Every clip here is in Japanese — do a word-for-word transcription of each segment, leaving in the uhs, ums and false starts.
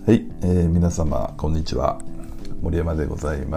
はい、えー、皆様こんにちは。森山でございます。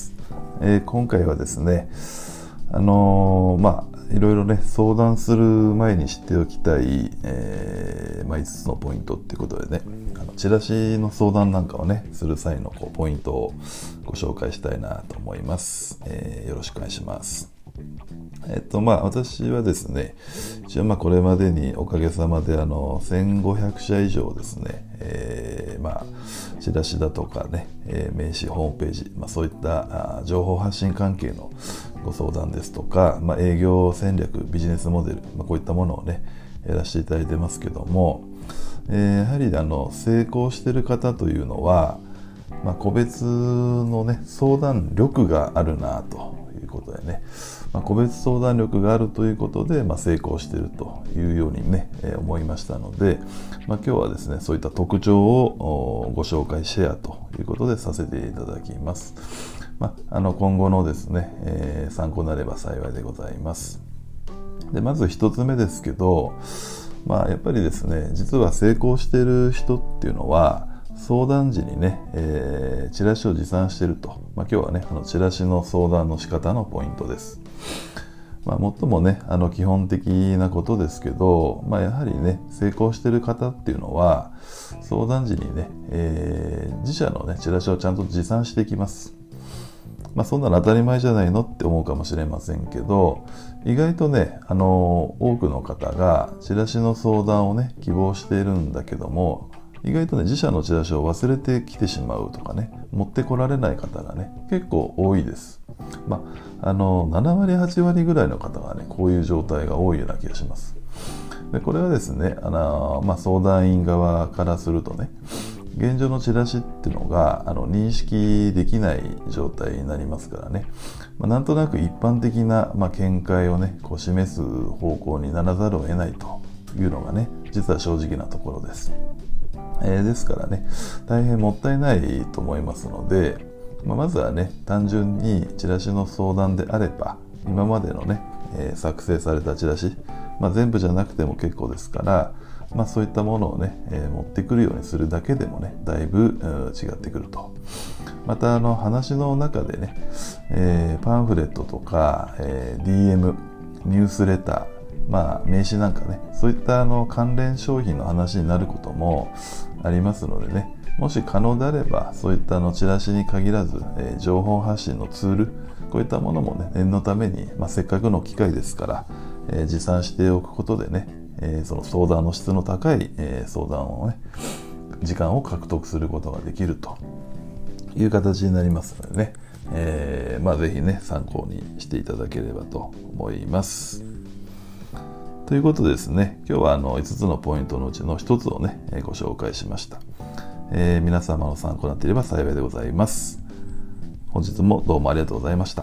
えー、今回はですね、あのー、まあいろいろね相談する前に知っておきたい、えーまあ、いつつのポイントっていうことでね、あのチラシの相談なんかをねする際のこうポイントをご紹介したいなと思います。えー、よろしくお願いします。えっとまあ私はですね、一応まあこれまでにおかげさまであのせんごひゃくしゃ以上ですね、えー、まあチラシだとかね、えー、名刺ホームページ、まあ、そういったあ情報発信関係のご相談ですとか、まあ、営業戦略ビジネスモデル、まあ、こういったものをねやらせていただいてますけども、えー、やはりあの成功している方というのは、まあ、個別のね相談力があるなということでね、まあ、個別相談力があるということで、まあ、成功しているというようにね、えー、思いましたので、まあ、今日はですねそういった特徴をご紹介シェアということでさせていただきます。まあ、あの今後のですね、えー、参考になれば幸いでございます。でまず一つ目ですけど、まあ、やっぱりですね実は成功している人っていうのは相談時にね、えー、チラシを持参していると、まあ、今日はねあのチラシの相談の仕方のポイントです。まあ、最もねあの基本的なことですけど、まあ、やはりね成功している方っていうのは相談時にね、えー、自社のねチラシをちゃんと持参していきます。まあ、そんなの当たり前じゃないのって思うかもしれませんけど、意外とねあの多くの方がチラシの相談をね希望しているんだけども、意外とね自社のチラシを忘れてきてしまうとかね、持ってこられない方がね結構多いです。まあ、あのななわりはちわりぐらいの方がねこういう状態が多いような気がします。でこれはですねあの、まあ、相談員側からするとね、現状のチラシっていうのがあの認識できない状態になりますからね、まあ、なんとなく一般的な、まあ、見解をねこう示す方向にならざるを得ないというのがね実は正直なところです。えー、ですからね大変もったいないと思いますので、まあ、まずはね単純にチラシの相談であれば今までのね、えー、作成されたチラシ、まあ、全部じゃなくても結構ですから、まあ、そういったものをね、えー、持ってくるようにするだけでもねだいぶ違ってくると。またあの話の中でね、えー、パンフレットとか、えー、ディーエム ニュースレター、まあ、名刺なんかねそういったあの関連商品の話になることもありますのでね、もし可能であればそういったあのチラシに限らず、えー、情報発信のツール、こういったものもね念のために、まあ、せっかくの機会ですから、えー、持参しておくことでね、えー、その相談の質の高い、えー、相談をね時間を獲得することができるという形になりますのでね、えー、まあぜひね参考にしていただければと思います。ということでですね、今日はあのいつつのポイントのうちのひとつをねご紹介しました。えー、皆様の参考になっていれば幸いでございます。本日もどうもありがとうございました。